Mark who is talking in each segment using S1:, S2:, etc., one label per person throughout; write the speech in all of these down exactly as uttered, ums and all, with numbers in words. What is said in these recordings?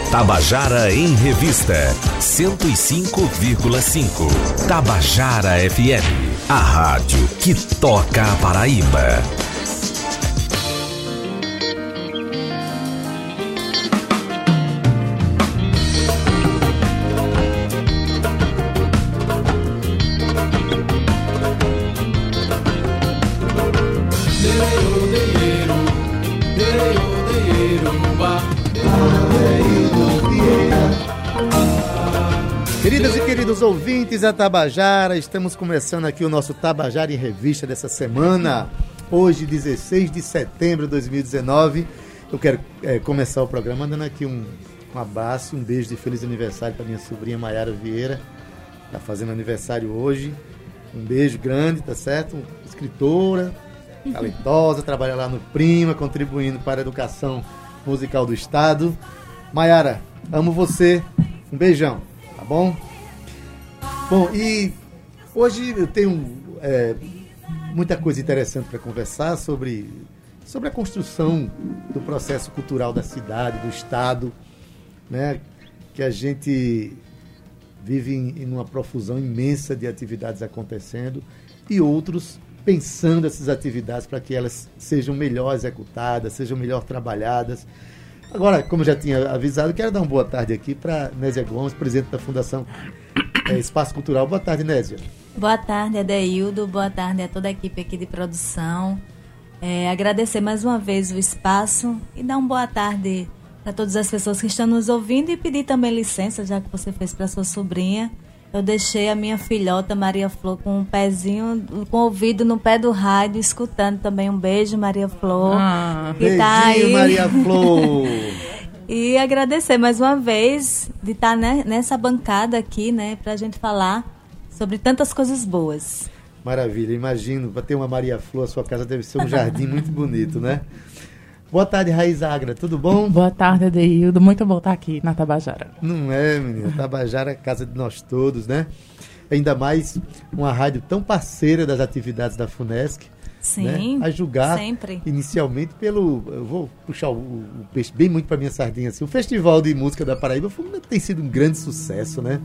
S1: Tabajara em Revista, cento e cinco vírgula cinco. Tabajara F M, a rádio que toca a Paraíba.
S2: Queridas e queridos ouvintes da Tabajara, estamos começando aqui o nosso Tabajara em Revista dessa semana. Hoje, dezesseis de setembro de dois mil e dezenove. Eu quero é, começar o programa dando aqui um, um abraço, um beijo de feliz aniversário para minha sobrinha Maiara Vieira. Está fazendo aniversário hoje. Um beijo grande, tá certo? Escritora, talentosa, trabalha lá no Prima, contribuindo para a educação musical do Estado. Maiara, amo você. Um beijão. Tá bom? Bom, e hoje eu tenho é, muita coisa interessante para conversar sobre, sobre a construção do processo cultural da cidade, do Estado, né? Que a gente vive em, em uma profusão imensa de atividades acontecendo e outros pensando essas atividades para que elas sejam melhor executadas, sejam melhor trabalhadas. Agora, como eu já tinha avisado, quero dar uma boa tarde aqui para Nésia Gomes, presidente da Fundação é, Espaço Cultural. Boa tarde, Nésia.
S3: Boa tarde, Adeildo. Boa tarde a toda a equipe aqui de produção. É, agradecer mais uma vez o espaço e dar uma boa tarde para todas as pessoas que estão nos ouvindo e pedir também licença, já que você fez para sua sobrinha. Eu deixei a minha filhota Maria Flor com um pezinho, com o ouvido no pé do rádio, escutando também. Um beijo, Maria Flor.
S2: Ah,
S3: que
S2: beijinho,
S3: tá aí.
S2: Maria Flor.
S3: E agradecer mais uma vez de estar né, nessa bancada aqui, né, pra gente falar sobre tantas coisas boas.
S2: Maravilha, imagino, para ter uma Maria Flor, a sua casa deve ser um jardim muito bonito, né? Boa tarde, Raíza Agra, tudo bom?
S4: Boa tarde, Adeildo, muito bom estar aqui na Tabajara.
S2: Não é, menina, Tabajara é a casa de nós todos, né? Ainda mais uma rádio tão parceira das atividades da FUNESC.
S3: Sim,
S2: né? A julgar
S3: sempre.
S2: Inicialmente pelo, eu vou puxar o, o peixe bem muito para minha sardinha, assim, o Festival de Música da Paraíba foi, tem sido um grande sucesso, né?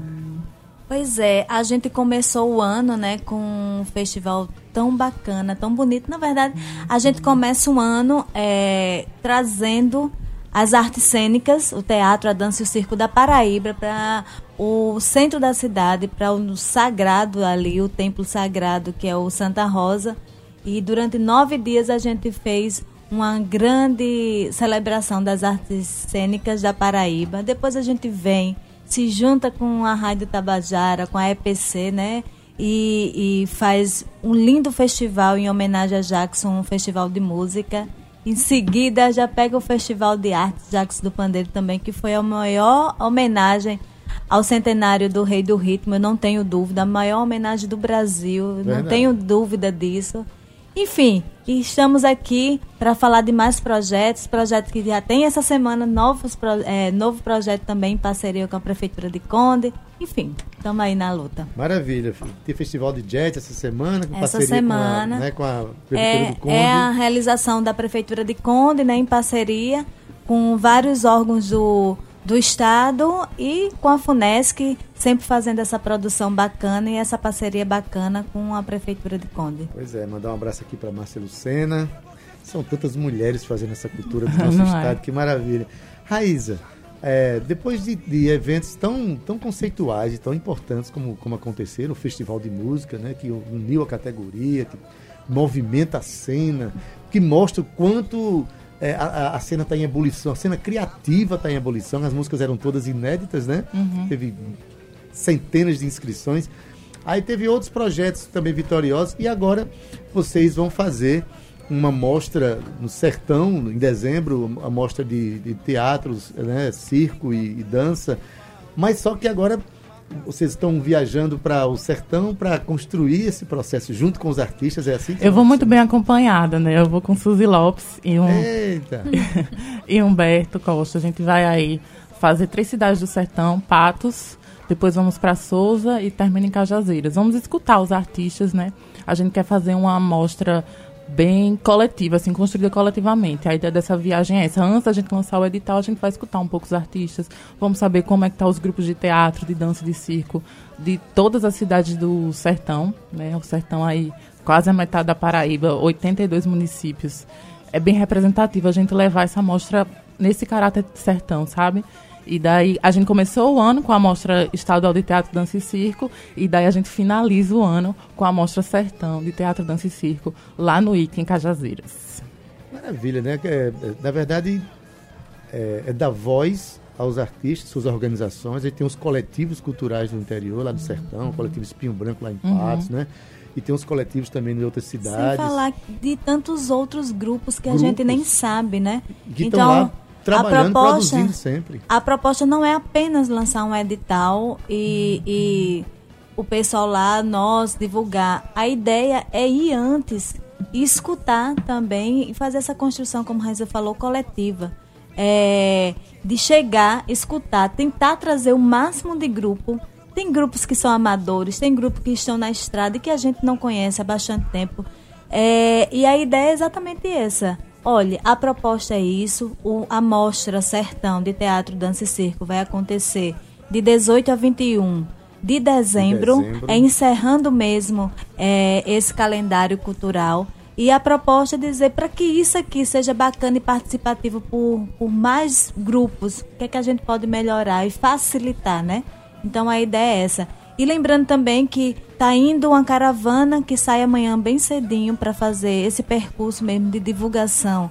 S3: Pois é, a gente começou o ano, né, com um festival tão bacana, tão bonito. Na verdade, a gente começa o ano é, trazendo as artes cênicas, o teatro, a dança e o circo da Paraíba para o centro da cidade, para o sagrado ali, o templo sagrado, que é o Santa Rosa. E durante nove dias a gente fez uma grande celebração das artes cênicas da Paraíba. Depois a gente vem, se junta com a Rádio Tabajara, com a E P C, né? E, e faz um lindo festival em homenagem a Jackson, um festival de música. Em seguida, já pega o Festival de Artes Jackson do Pandeiro também, que foi a maior homenagem ao centenário do Rei do Ritmo, eu não tenho dúvida, a maior homenagem do Brasil,
S2: Verdade.
S3: Não tenho dúvida disso. Enfim, estamos aqui para falar de mais projetos, projetos que já tem essa semana, novos pro, é, novo projeto também em parceria com a Prefeitura de Conde. Enfim, estamos aí na luta.
S2: Maravilha. Tem festival de jazz essa semana, com
S3: essa
S2: parceria
S3: semana,
S2: com a, né, com a Prefeitura
S3: é,
S2: do Conde.
S3: É a realização da Prefeitura de Conde, né, em parceria com vários órgãos do, do Estado e com a FUNESC, sempre fazendo essa produção bacana e essa parceria bacana com a Prefeitura de Conde.
S2: Pois é, mandar um abraço aqui para Márcia Lucena. São tantas mulheres fazendo essa cultura do nosso
S4: Não
S2: estado,
S4: é.
S2: que maravilha. Raíza, é, depois de, de eventos tão, tão conceituais e tão importantes como, como aconteceram, o Festival de Música, né, que uniu a categoria, que movimenta a cena, que mostra o quanto é, a, a cena está em ebulição, a cena criativa está em ebulição, as músicas eram todas inéditas, né?
S4: Uhum.
S2: Teve centenas de inscrições. Aí teve outros projetos também vitoriosos e agora vocês vão fazer uma mostra no Sertão, em dezembro, a mostra de, de teatros, né, circo e, e dança, mas só que agora vocês estão viajando para o Sertão para construir esse processo junto com os artistas, é assim? Que
S4: eu vou muito bem acompanhada, né? Eu vou com Suzy Lopes e, um,
S2: Eita.
S4: e Humberto Costa. A gente vai aí fazer três cidades do Sertão, Patos, depois vamos para Souza e termina em Cajazeiras. Vamos escutar os artistas, né? A gente quer fazer uma mostra bem coletiva, assim, construída coletivamente. A ideia dessa viagem é essa. Antes da gente lançar o edital, a gente vai escutar um pouco os artistas, vamos saber como é que estão os grupos de teatro, de dança, de circo, de todas as cidades do sertão, né? O sertão aí, quase a metade da Paraíba, oitenta e dois municípios. É bem representativo a gente levar essa mostra nesse caráter de sertão, sabe? E daí a gente começou o ano com a Mostra Estadual de Teatro, Dança e Circo, e daí a gente finaliza o ano com a Mostra Sertão de Teatro, Dança e Circo, lá no I C, em Cajazeiras.
S2: Maravilha, né? É, na verdade, é, é dar voz aos artistas, suas organizações. Aí tem os coletivos culturais do interior, lá do Sertão, o coletivo Espinho Branco lá em Patos, uhum. né? E tem os coletivos também em outras cidades. Sem
S3: falar de tantos outros grupos que
S2: grupos
S3: a gente nem sabe, né?
S2: Que então, lá trabalhando, a proposta, produzindo sempre.
S3: A proposta não é apenas lançar um edital e, hum. e o pessoal lá, nós, divulgar. A ideia é ir antes e escutar também e fazer essa construção, como a Raíssa falou, coletiva. É, de chegar, escutar, tentar trazer o máximo de grupo. Tem grupos que são amadores, tem grupos que estão na estrada e que a gente não conhece há bastante tempo. É, e a ideia é exatamente essa. Olha, a proposta é isso, o, a Mostra Sertão de Teatro, Dança e Circo vai acontecer de dezoito a vinte e um de dezembro, de dezembro. É encerrando mesmo é, esse calendário cultural. E a proposta é dizer para que isso aqui seja bacana e participativo por, por mais grupos, o que é que a gente pode melhorar e facilitar, né? Então a ideia é essa. E lembrando também que está indo uma caravana que sai amanhã bem cedinho para fazer esse percurso mesmo de divulgação,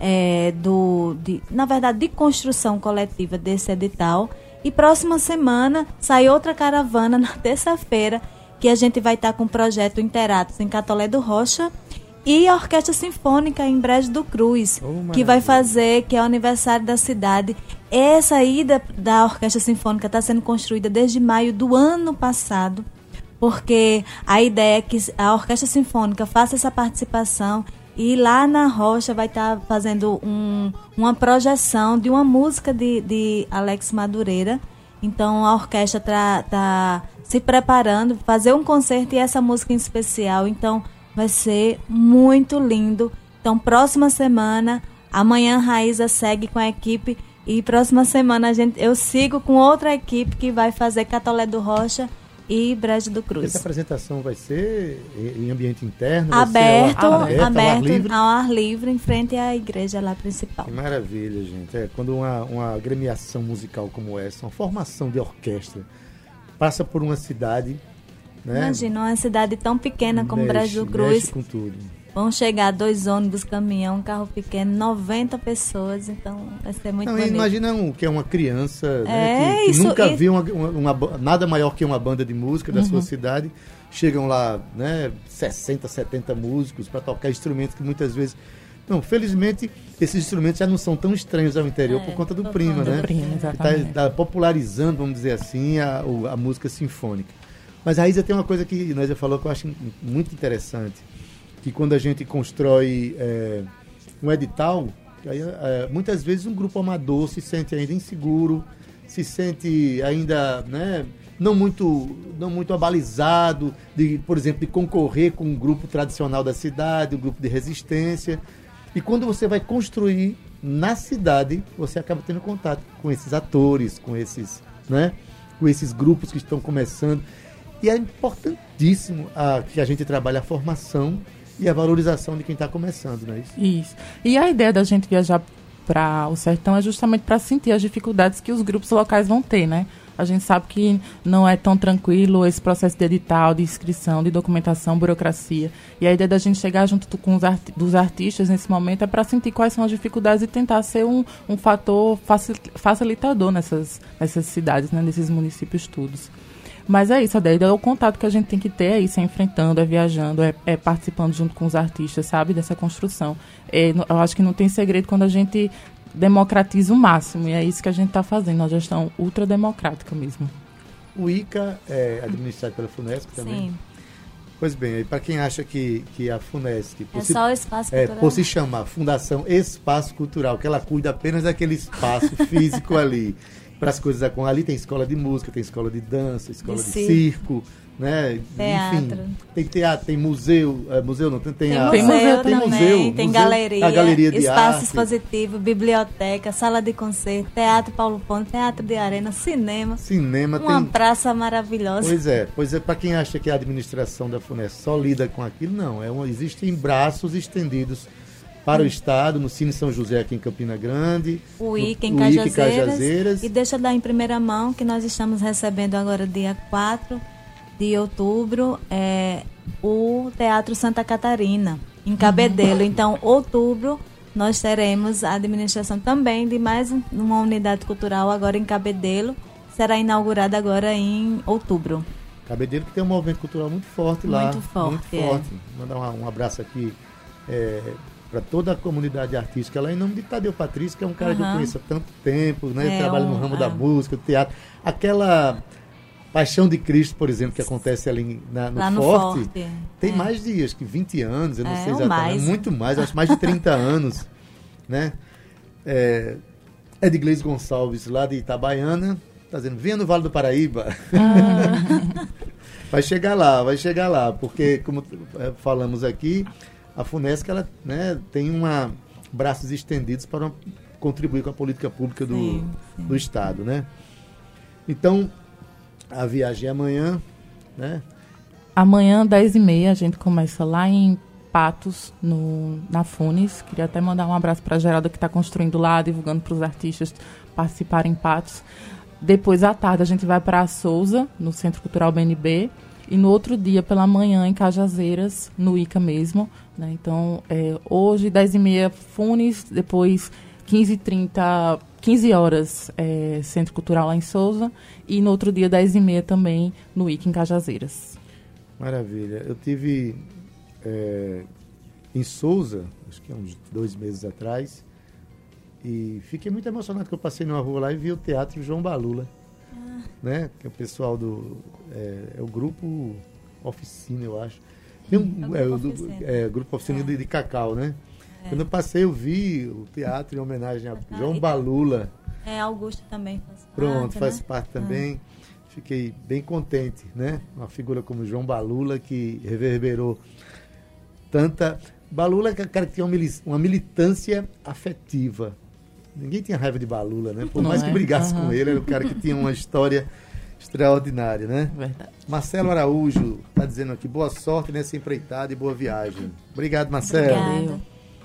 S3: é, do, de, na verdade, de construção coletiva desse edital. E próxima semana sai outra caravana na terça-feira, que a gente vai estar tá com o projeto Interatos em Catolé do Rocha e a Orquestra Sinfônica em Brejo do Cruz, oh, que vai fazer, que é o aniversário da cidade. Essa ida da Orquestra Sinfônica está sendo construída desde maio do ano passado, porque a ideia é que a Orquestra Sinfônica faça essa participação e lá na Rocha vai estar tá fazendo um, uma projeção de uma música de, de Alex Madureira. Então a orquestra está tá se preparando para fazer um concerto e essa música em especial. Então vai ser muito lindo. Então próxima semana, amanhã a Raíssa segue com a equipe. E próxima semana a gente, eu sigo com outra equipe que vai fazer Catolé do Rocha e Brejo do Cruz.
S2: Essa apresentação vai ser em ambiente interno?
S3: Aberto,
S2: ao ar, aberto,
S3: aberto
S2: ao, ar livre?
S3: ao ar livre, em frente à igreja lá principal.
S2: Que maravilha, gente. É, quando uma, uma agremiação musical como essa, uma formação de orquestra, passa por uma cidade... Né?
S3: Imagina, uma cidade tão pequena como
S2: mexe,
S3: Brejo do Cruz.
S2: Mexe com tudo.
S3: Vão chegar dois ônibus, caminhão, um carro pequeno, noventa pessoas, então vai ser muito bonito.
S2: Imagina um, que é uma criança
S3: é,
S2: né, que, que
S3: isso,
S2: nunca
S3: isso.
S2: viu uma, uma, uma, nada maior que uma banda de música da uhum. sua cidade. Chegam lá né, sessenta, setenta músicos para tocar instrumentos que muitas vezes... Não, felizmente, esses instrumentos já não são tão estranhos ao interior é, por conta do Prima, né?
S4: Prima,
S2: exatamente. Que está tá popularizando, vamos dizer assim, a, a música sinfônica. Mas a Raíssa tem uma coisa que nós já falou que eu acho muito interessante, que quando a gente constrói é, um edital, aí, é, muitas vezes um grupo amador se sente ainda inseguro, se sente ainda né, não, muito, não muito abalizado, de, por exemplo, de concorrer com um grupo tradicional da cidade, um grupo de resistência. E quando você vai construir na cidade, você acaba tendo contato com esses atores, com esses, né, com esses grupos que estão começando. E é importantíssimo a, que a gente trabalhe a formação e a valorização de quem está começando, não é isso?
S4: Isso. E a ideia da gente viajar para o sertão é justamente para sentir as dificuldades que os grupos locais vão ter, né? A gente sabe que não é tão tranquilo esse processo de edital, de inscrição, de documentação, burocracia. E a ideia da gente chegar junto com os art- dos artistas nesse momento é para sentir quais são as dificuldades e tentar ser um, um fator facil- facilitador nessas, nessas cidades, né? Nesses municípios todos. Mas é isso, a ideia é o contato que a gente tem que ter, é isso, é enfrentando, é viajando, é, é participando junto com os artistas, sabe, dessa construção. É, eu acho que não tem segredo quando a gente democratiza o máximo, e é isso que a gente está fazendo, uma gestão ultrademocrática mesmo.
S2: O I C A é administrado pela FUNESC também?
S3: Sim.
S2: Pois bem, para quem acha que, que a FUNESC...
S3: É
S2: se,
S3: só o espaço
S2: é,
S3: cultural.
S2: Por se chamar Fundação Espaço Cultural, que ela cuida apenas daquele espaço físico ali, para as coisas... Ali tem escola de música, tem escola de dança, escola de, de circo, né?
S3: Teatro.
S2: Enfim, tem teatro, tem museu, é, museu não, tem, tem,
S3: Tem
S2: a,
S3: museu,
S4: museu
S3: também,
S2: museu,
S3: tem
S2: museu,
S3: galeria,
S2: a galeria de
S3: espaço
S2: arte.
S3: expositivo, biblioteca, sala de concerto, teatro Paulo Ponte, teatro de arena, cinema,
S2: Cinema,
S3: uma
S2: tem...
S3: praça maravilhosa.
S2: Pois é, pois é, para quem acha que a administração da FUNESC só lida com aquilo, não, é um, existem braços estendidos para o Estado, no Cine São José aqui em Campina Grande,
S3: O I C A em
S2: no I C A em
S3: Cajazeiras,
S2: Cajazeiras.
S3: E deixa eu dar em primeira mão que nós estamos recebendo agora dia quatro de outubro é, o Teatro Santa Catarina, em Cabedelo. Então, outubro, nós teremos a administração também de mais um- uma unidade cultural agora em Cabedelo. Será inaugurada agora em outubro.
S2: Cabedelo que tem um movimento cultural muito forte lá.
S3: Muito forte,
S2: Muito
S3: é.
S2: forte. Mandar um, um abraço aqui para toda a comunidade artística lá, em nome de Tadeu Patrício, que é um cara que eu
S3: Aham.
S2: conheço há tanto tempo, né?
S3: É,
S2: Trabalha
S3: um-
S2: no ramo
S3: é.
S2: da música, do teatro. Aquela Paixão de Cristo, por exemplo, que acontece ali na- no,
S3: Lá no
S2: Forte,
S3: Forte.
S2: tem
S3: É.
S2: mais de acho que vinte anos, eu não
S3: É,
S2: sei
S3: ou
S2: exatamente,
S3: mais.
S2: muito mais, acho mais de trinta anos, né? É, Edglês Gonçalves, lá de Itabaiana, tá dizendo, venha no Vale do Paraíba. Vai chegar lá, vai chegar lá, porque, como eh, falamos aqui, a FUNESC ela, né, tem uma, braços estendidos para contribuir com a política pública do,
S3: Sim, sim.
S2: do Estado, né? Então, a viagem é amanhã, né?
S4: Amanhã, dez e meia, a gente começa lá em Patos, no, na Funes. Queria até mandar um abraço para a Geralda, que está construindo lá, divulgando para os artistas participarem em Patos. Depois, à tarde, a gente vai para a Souza, no Centro Cultural B N B. E no outro dia, pela manhã, em Cajazeiras, no I C A mesmo. Né? Então, é, hoje, dez e meia, Funes. Depois, quinze e trinta, quinze horas, é, Centro Cultural lá em Souza. E no outro dia, dez e meia, também, no I C A em Cajazeiras.
S2: Maravilha. Eu tive é, em Souza, acho que há uns dois meses atrás, e fiquei muito emocionado que eu passei numa rua lá e vi o Teatro João Balula,
S3: Ah.
S2: né? Que é o pessoal do... É, é o grupo Oficina, eu acho. Tem um,
S3: É
S2: é,
S3: o
S2: o
S3: Grupo
S2: do-
S3: Oficina.
S2: é, Grupo Oficina
S3: É.
S2: de, de Cacau, né?
S3: É.
S2: Quando eu passei, eu vi o teatro em homenagem a
S3: Ah,
S2: João
S3: e-
S2: Balula.
S3: É, Augusto também faz parte.
S2: Pronto, faz
S3: né?
S2: parte também. Fiquei bem contente, né? Uma figura como João Balula, que reverberou tanta... Balula é um cara que tinha uma mili- uma militância afetiva. Ninguém tinha raiva de Balula, né? Por
S4: Não
S2: mais
S4: é?
S2: que brigasse
S4: Aham.
S2: com ele, era um cara que tinha uma história extraordinária, né?
S4: Verdade.
S2: Marcelo Araújo está dizendo aqui, boa sorte nessa empreitada e boa viagem. Obrigado, Marcelo.
S3: Obrigada.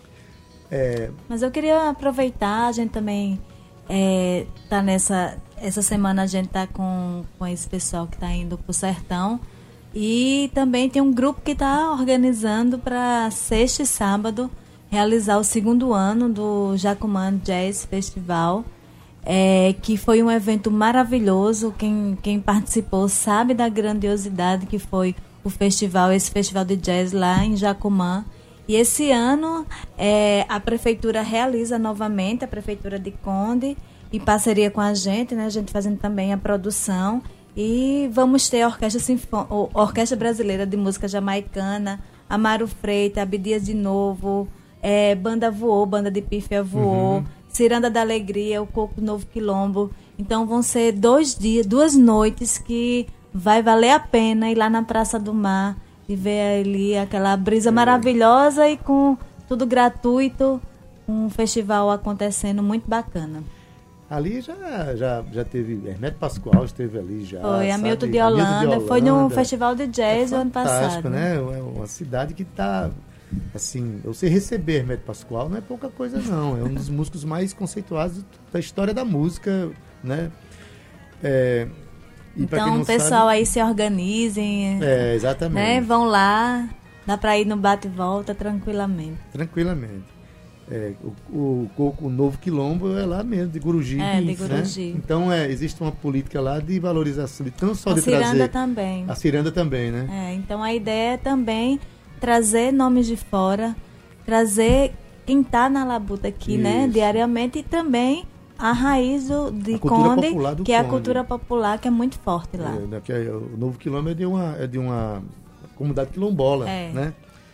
S2: É,
S3: Mas eu queria aproveitar, a gente também é, tá nessa essa semana a gente tá com, com esse pessoal que está indo pro sertão e também tem um grupo que está organizando para sexta e sábado realizar o segundo ano do Jacumã Jazz Festival, é, que foi um evento maravilhoso. Quem, quem participou sabe da grandiosidade que foi o festival, esse festival de jazz lá em Jacumã. E esse ano é, a prefeitura realiza novamente, a prefeitura de Conde, em parceria com a gente, né? A gente fazendo também a produção. E vamos ter a Orquestra, Sinfô- o- Orquestra Brasileira de Música Jamaicana, Amaro Freitas, Abdias de Novo, é, Banda Voou, Banda de Pífia Voou,
S2: Uhum.
S3: Ciranda da Alegria, o Coco Novo Quilombo. Então vão ser dois dias, duas noites que vai valer a pena ir lá na Praça do Mar e ver ali aquela brisa maravilhosa e com tudo gratuito, um festival acontecendo muito bacana.
S2: ali já, já, já teve, Hermeto Pascoal esteve ali já.
S3: Foi,
S2: sabe?
S3: Hamilton de
S2: Hamilton
S3: Holanda, foi no
S2: Holanda.
S3: Festival de Jazz
S2: É
S3: o ano
S2: fantástico,
S3: passado.
S2: né? É uma cidade que está, assim, você receber Hermeto Pascoal não é pouca coisa não, é um dos músicos mais conceituados da história da música, né? É, e pra quem
S3: Então,
S2: não
S3: o pessoal
S2: sabe,
S3: aí se organizem,
S2: é, exatamente,
S3: né? Vão lá, dá para ir no bate e volta tranquilamente.
S2: tranquilamente. É, o, o Coco Novo Quilombo é lá mesmo, de Guruji.
S3: É, de
S2: né?
S3: Guruji.
S2: Então, é, existe uma política lá de valorização, de não só
S3: A
S2: de
S3: Ciranda
S2: trazer...
S3: também.
S2: A Ciranda também, né?
S3: É, então a ideia é também trazer nomes de fora, trazer quem está na labuta aqui, né,
S2: Isso.
S3: diariamente, e também a raiz do, de
S2: A cultura
S3: Conde,
S2: popular do
S3: que é a
S2: Conde.
S3: cultura popular, que é muito forte lá.
S2: É, né, que é- o Novo Quilombo é de uma, é de uma comunidade quilombola,
S3: É.
S2: né?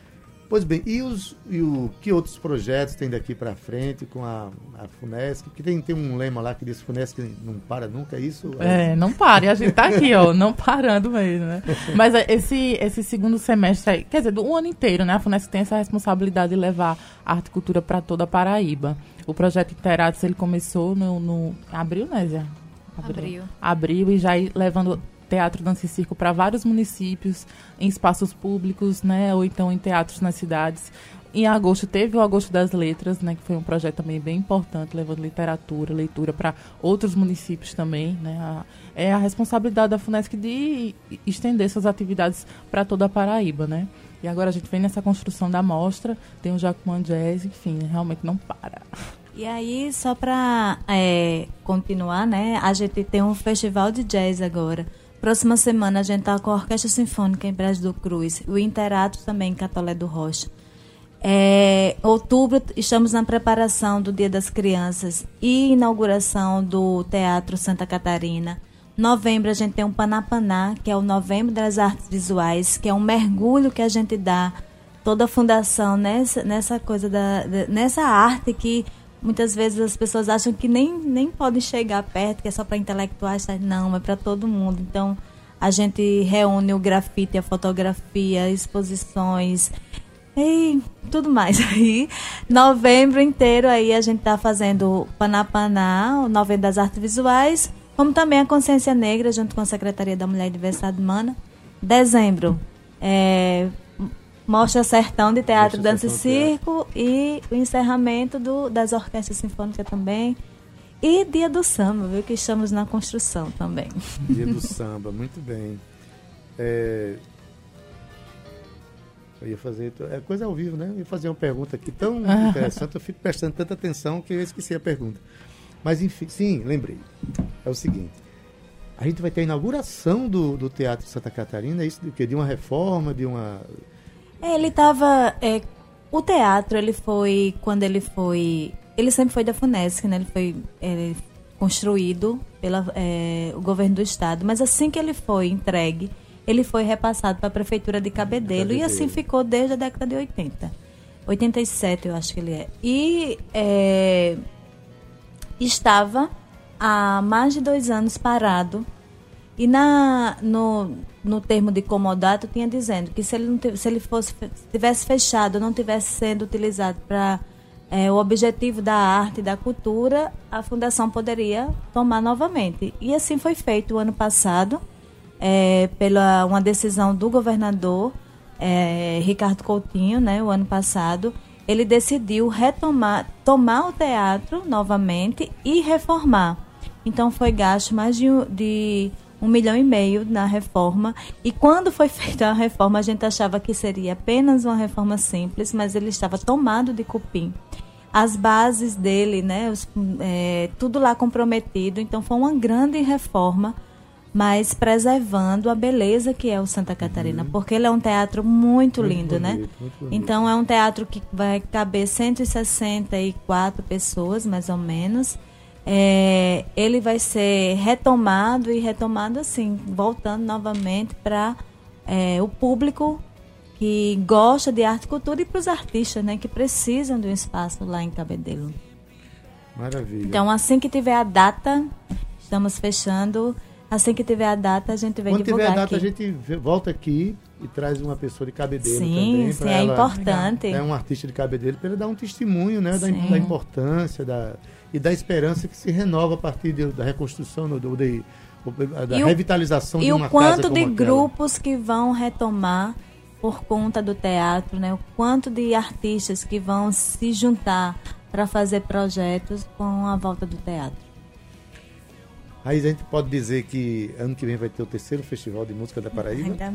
S2: Pois bem, e, os, e o que outros projetos tem daqui para frente com a, a FUNESC? Que tem, tem um lema lá que diz FUNESC não para nunca, é isso?
S4: É, não para. E a gente tá aqui, ó, não parando mesmo, né? Mas esse, esse segundo semestre, aí, quer dizer, do ano inteiro, né? A FUNESC tem essa responsabilidade de levar a arte e cultura para toda a Paraíba. O projeto Interatos, ele começou no, no abril, né, Zé?
S3: Abril.
S4: Abril, e já ir levando teatro, dança e circo para vários municípios, em espaços públicos, né, ou então em teatros nas cidades. Em agosto teve o Agosto das Letras, né, que foi um projeto também bem importante, levando literatura, leitura para outros municípios também, né. A, é a responsabilidade da FUNESC de estender essas atividades para toda a Paraíba, né. E agora a gente vem nessa construção da mostra, tem o Jacumã Jazz, enfim, realmente não para.
S3: E aí, só para é, continuar, né, a gente tem um festival de jazz agora. Próxima semana a gente está com a Orquestra Sinfônica em Brejo do Cruz, o Interato também em Catolé do Rocha. É, outubro estamos na preparação do Dia das Crianças e inauguração do Teatro Santa Catarina. Novembro a gente tem um Panapaná, que é o Novembro das Artes Visuais, que é um mergulho que a gente dá, toda a fundação nessa, nessa coisa da, da, nessa arte que muitas vezes as pessoas acham que nem, nem podem chegar perto, que é só para intelectuais. Não, é para todo mundo. Então, a gente reúne o grafite, a fotografia, exposições e tudo mais. Aí, novembro inteiro, aí a gente está fazendo Panapaná, o Novembro das Artes Visuais, como também a Consciência Negra, junto com a Secretaria da Mulher e Diversidade Humana. Dezembro, é... Mostra Sertão de Teatro, Mostra Dança e Circo e o encerramento do, das orquestras sinfônicas também. E Dia do Samba, viu? Que estamos na construção também.
S2: Dia do Samba, muito bem. É... Eu ia fazer... É coisa ao vivo, né? Eu ia fazer uma pergunta aqui tão interessante, eu fico prestando tanta atenção que eu esqueci a pergunta. Mas, enfim, sim, lembrei. É o seguinte. A gente vai ter a inauguração do, do Teatro Santa Catarina, isso de, de uma reforma, de uma...
S3: Ele estava... É, o teatro, ele foi... Quando ele foi... Ele sempre foi da FUNESC, né? Ele foi é, construído pelo é, o governo do estado. Mas assim que ele foi entregue, ele foi repassado para a prefeitura de Cabedelo. Cabedelo. E assim ficou desde a década de oitenta. oitenta e sete, eu acho que ele é. E é, estava há mais de dois anos parado. E na, no, no termo de comodato tinha dizendo que se ele, não, se ele fosse, tivesse fechado, não tivesse sendo utilizado para é, o objetivo da arte e da cultura, a fundação poderia tomar novamente. E assim foi feito o ano passado, é, pela uma decisão do governador é, Ricardo Coutinho, né, o ano passado. Ele decidiu retomar, tomar o teatro novamente e reformar. Então foi gasto mais de... de um milhão e meio na reforma. E quando foi feita a reforma, a gente achava que seria apenas uma reforma simples, mas ele estava tomado de cupim. As bases dele, né, os, é, tudo lá comprometido. Então foi uma grande reforma, mas preservando a beleza que é o Santa Catarina, uhum. Porque ele é um teatro muito, muito lindo, bonito, né? Muito bonito. Então é um teatro que vai caber cento e sessenta e quatro pessoas, mais ou menos. É, ele vai ser retomado e retomado assim, voltando novamente para é, o público que gosta de arte e cultura e para os artistas, né, que precisam de um espaço lá em Cabedelo.
S2: Maravilha.
S3: Então, assim que tiver a data, estamos fechando, assim que tiver a data, a gente vai
S2: Quando
S3: divulgar
S2: tiver a data,
S3: aqui.
S2: A gente volta aqui e traz uma pessoa de Cabedelo
S3: sim,
S2: também.
S3: Sim,
S2: é
S3: ela, importante.
S2: É um artista de Cabedelo, para ele dar um testemunho, né, da, da importância da, e da esperança que se renova a partir de, da reconstrução, do, do, de, da
S3: e
S2: revitalização
S3: o,
S2: de uma
S3: casa como
S2: casa.
S3: E o quanto de
S2: aquela.
S3: grupos que vão retomar por conta do teatro, né? O quanto de artistas que vão se juntar para fazer projetos com a volta do teatro.
S2: Aí a gente pode dizer que ano que vem vai ter o terceiro Festival de Música da Paraíba?
S3: Ainda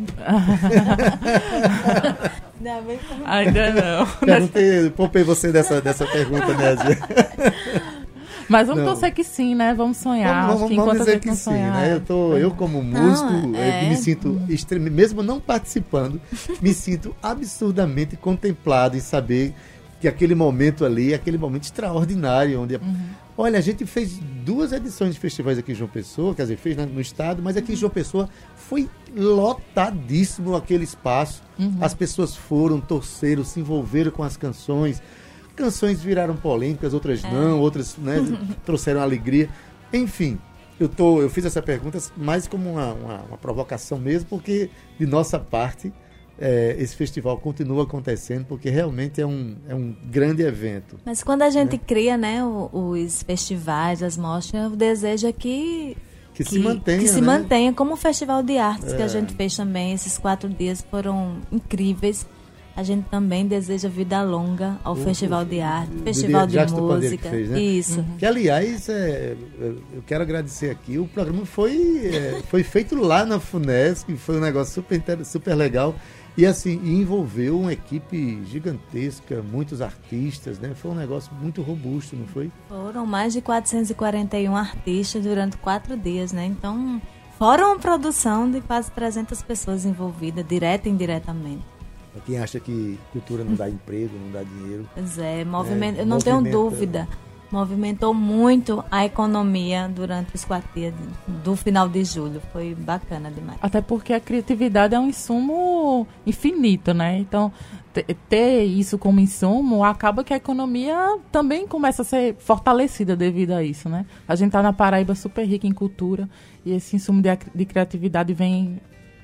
S3: não.
S4: Ainda não.
S2: Perguntei, poupei você dessa, dessa pergunta, Nézia.
S4: Mas vamos torcer que sim, né? Vamos sonhar.
S2: Vamos,
S4: que
S2: vamos dizer que sim,
S4: sonhar,
S2: né? Eu, tô, eu como músico,
S3: não, é.
S2: me sinto, extremamente, mesmo não participando, me sinto absurdamente contemplado em saber que aquele momento ali é aquele momento extraordinário, onde...
S4: Uhum.
S2: Olha, a gente fez duas edições de festivais aqui em João Pessoa, quer dizer, fez no estado, mas aqui em João Pessoa foi lotadíssimo aquele espaço.
S4: Uhum.
S2: As pessoas foram, torceram, se envolveram com as canções. Canções viraram polêmicas, outras não, outras, né, trouxeram alegria. Enfim, eu, tô, eu fiz essa pergunta mais como uma, uma, uma provocação mesmo, porque de nossa parte... É, esse festival continua acontecendo porque realmente é um, é um grande evento.
S3: Mas quando a gente
S2: né?
S3: cria, né, os festivais, as mostras, o desejo é que
S2: que, que se mantenha,
S3: que se
S2: né?
S3: mantenha como o Festival de Artes
S2: é.
S3: que a gente fez também. Esses quatro dias foram incríveis. A gente também deseja vida longa ao o, Festival de Arte, Festival de, de Música.
S2: Que fez, né?
S3: Isso.
S2: Uhum. Que, aliás, é, eu quero agradecer aqui. O programa foi, é, foi feito lá na FUNESC, foi um negócio super, super legal. E assim, envolveu uma equipe gigantesca, muitos artistas, né? Foi um negócio muito robusto, não foi?
S3: Foram mais de quatrocentos e quarenta e um artistas durante quatro dias, né? Então, fora uma produção de quase trezentas pessoas envolvidas, direta e indiretamente.
S2: Quem acha que cultura não dá emprego, não dá dinheiro.
S3: Pois é, movimento,
S2: é,
S3: eu não
S2: movimenta...
S3: tenho dúvida. Movimentou muito a economia durante os quatro dias do final de julho. Foi bacana demais.
S4: Até porque a criatividade é um insumo infinito, né? Então, ter isso como insumo acaba que a economia também começa a ser fortalecida devido a isso, né? A gente tá na Paraíba super rica em cultura e esse insumo de, de criatividade vem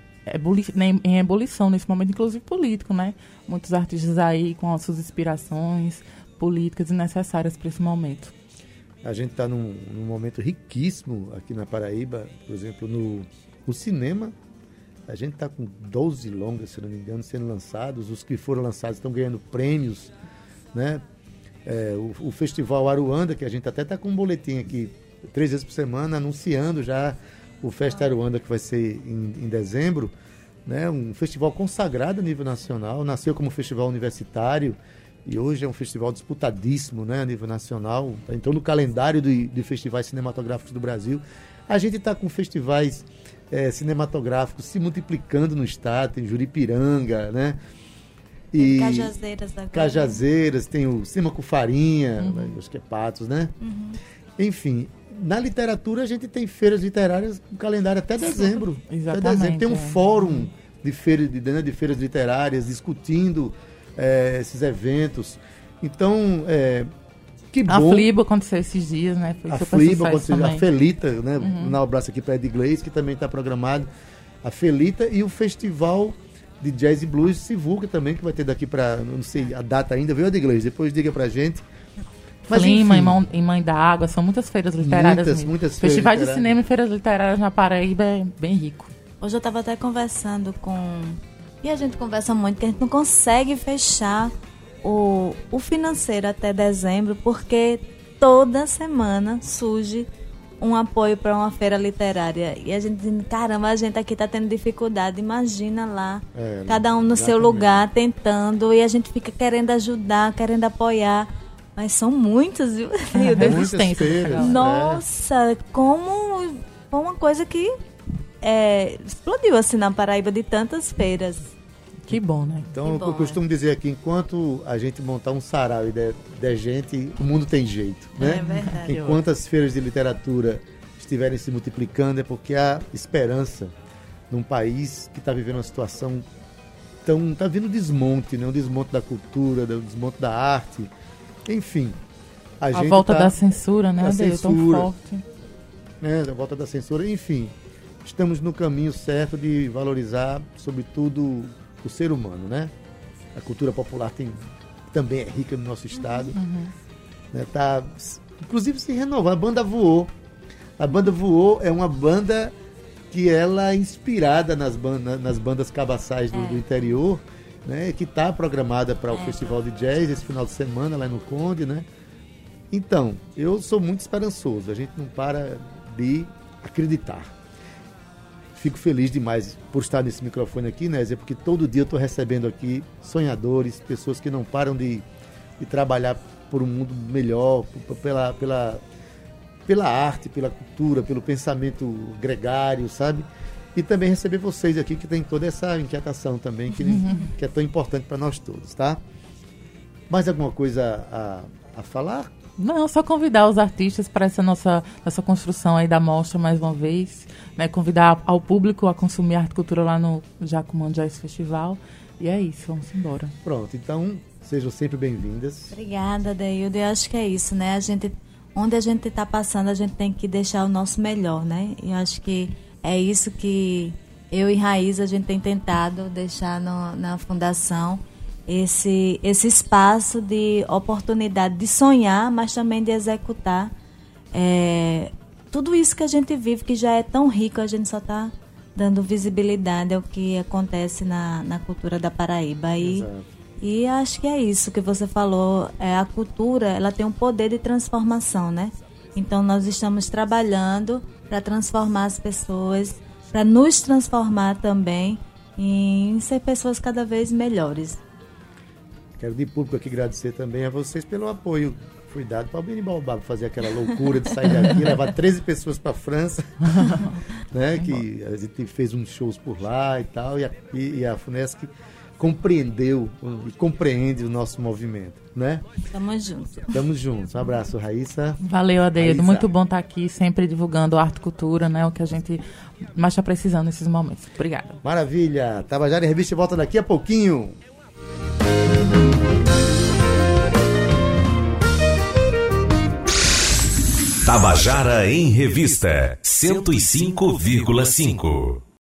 S4: em ebulição nesse momento, inclusive político, né? Muitos artistas aí com as suas inspirações políticas e necessárias para esse momento.
S2: A gente está num, num momento riquíssimo aqui na Paraíba, por exemplo, no, no cinema. A gente está com doze longas, se não me engano, sendo lançados. Os que foram lançados estão ganhando prêmios, né? É, o, o Festival Aruanda, que a gente até está com um boletim aqui, três vezes por semana, anunciando já o Festa Aruanda, que vai ser em, em dezembro, né? Um festival consagrado a nível nacional, nasceu como festival universitário, e hoje é um festival disputadíssimo, né, a nível nacional. Entrou no calendário de, de festivais cinematográficos do Brasil. A gente está com festivais é, cinematográficos se multiplicando no estado. Tem Juripiranga, né?
S3: E Cajazeiras agora.
S2: Cajazeiras, tem o Cinema com Farinha,
S3: uhum.
S2: Os que é Patos, né?
S3: Uhum.
S2: Enfim, na literatura a gente tem feiras literárias com calendário até dezembro.
S4: Exatamente.
S2: Até dezembro. Tem um
S4: é.
S2: fórum de, feira, de, né, de feiras literárias discutindo É, esses eventos. Então, é, que bom.
S4: A Flibo aconteceu esses dias, né? Foi
S2: a
S4: super
S2: Flibo
S4: sucesso
S2: aconteceu,
S4: também.
S2: a Felita, né?
S4: Uhum.
S2: Um abraço aqui para Ed Gleis, que também está programado. A Felita e o Festival de Jazz e Blues Sivuca também, que vai ter daqui para, não sei a data ainda, viu, Ed Gleis? Depois diga pra gente.
S4: Mas, Clima, enfim, Mão, em Mãe da Água, são muitas feiras literárias.
S2: Muitas, muitas feiras
S4: Festivais
S2: literárias.
S4: de cinema e feiras literárias na Paraíba é bem rico.
S3: Hoje eu estava até conversando com... E a gente conversa muito, que a gente não consegue fechar o, o financeiro até dezembro, porque toda semana surge um apoio para uma feira literária. E a gente diz, caramba, a gente aqui está tendo dificuldade. Imagina lá,
S2: é,
S3: cada um no seu lugar, tentando, e a gente fica querendo ajudar, querendo apoiar. Mas são muitos, viu?
S4: É, resistência.
S2: Feiras,
S3: Nossa, é. como foi uma coisa que é, explodiu assim na Paraíba de tantas feiras.
S4: Que bom, né?
S2: Então,
S3: bom,
S2: eu costumo é. dizer aqui, enquanto a gente montar um sarau e der, der gente, o mundo tem jeito, né?
S3: É verdade.
S2: Enquanto as feiras de literatura estiverem se multiplicando, é porque há esperança num país que está vivendo uma situação tão... Está vindo desmonte, né? Um desmonte da cultura, um desmonte da arte, enfim. A,
S4: a
S2: gente
S4: volta
S2: tá,
S4: da censura, né?
S2: Da
S4: Deus,
S2: censura,
S4: tão forte.
S2: Né? A volta da censura, enfim. Estamos no caminho certo de valorizar, sobretudo, o ser humano, né? A cultura popular tem, também é rica no nosso estado.
S4: Uhum.
S2: Né? Tá, inclusive se renovar. A banda Voou. A banda Voou é uma banda que ela é inspirada nas, banda, nas bandas cabaçais do,
S3: é.
S2: do interior, né? Que está programada para o
S3: é.
S2: Festival de Jazz esse final de semana lá no Conde, né? Então, eu sou muito esperançoso. A gente não para de acreditar. Fico feliz demais por estar nesse microfone aqui, né, Zé? Porque todo dia eu estou recebendo aqui sonhadores, pessoas que não param de, de trabalhar por um mundo melhor, pela, pela, pela arte, pela cultura, pelo pensamento gregário, sabe? E também receber vocês aqui que tem toda essa inquietação também, que, uhum. que é tão importante para nós todos, tá? Mais alguma coisa a, a falar?
S4: Não, só convidar os artistas para essa nossa, nossa construção aí da mostra mais uma vez, né? Convidar ao público a consumir arte e cultura lá no Jacumã Jazz Festival. E é isso, vamos embora.
S2: Pronto, então sejam sempre bem-vindas.
S3: Obrigada, Deildo. Eu acho que é isso, né? A gente, onde a gente está passando, a gente tem que deixar o nosso melhor, né? E eu acho que é isso que eu e Raíssa, a gente tem tentado deixar no, na Fundação, esse, esse espaço de oportunidade de sonhar, mas também de executar é, tudo isso que a gente vive, que já é tão rico, a gente só está dando visibilidade ao que acontece na, na cultura da Paraíba. E, e acho que é isso que você falou, é, a cultura, ela tem um poder de transformação, né? Então nós estamos trabalhando para transformar as pessoas, para nos transformar também em ser pessoas cada vez melhores.
S2: Quero de público aqui agradecer também a vocês pelo apoio. Fui dado para o Benibaobá fazer aquela loucura de sair daqui, levar treze pessoas para a França, né? Que a gente fez uns shows por lá e tal, e a, e a Funesc compreendeu e compreende o nosso movimento, né?
S3: Tamo juntos.
S2: Tamo juntos. Um abraço, Raíssa.
S4: Valeu, Adeildo. Muito bom estar aqui, sempre divulgando arte e cultura, né? O que a gente mais está precisando nesses momentos. Obrigada.
S2: Maravilha. Tabajara em Revista volta daqui a pouquinho.
S1: Tabajara em Revista, cento e cinco vírgula cinco.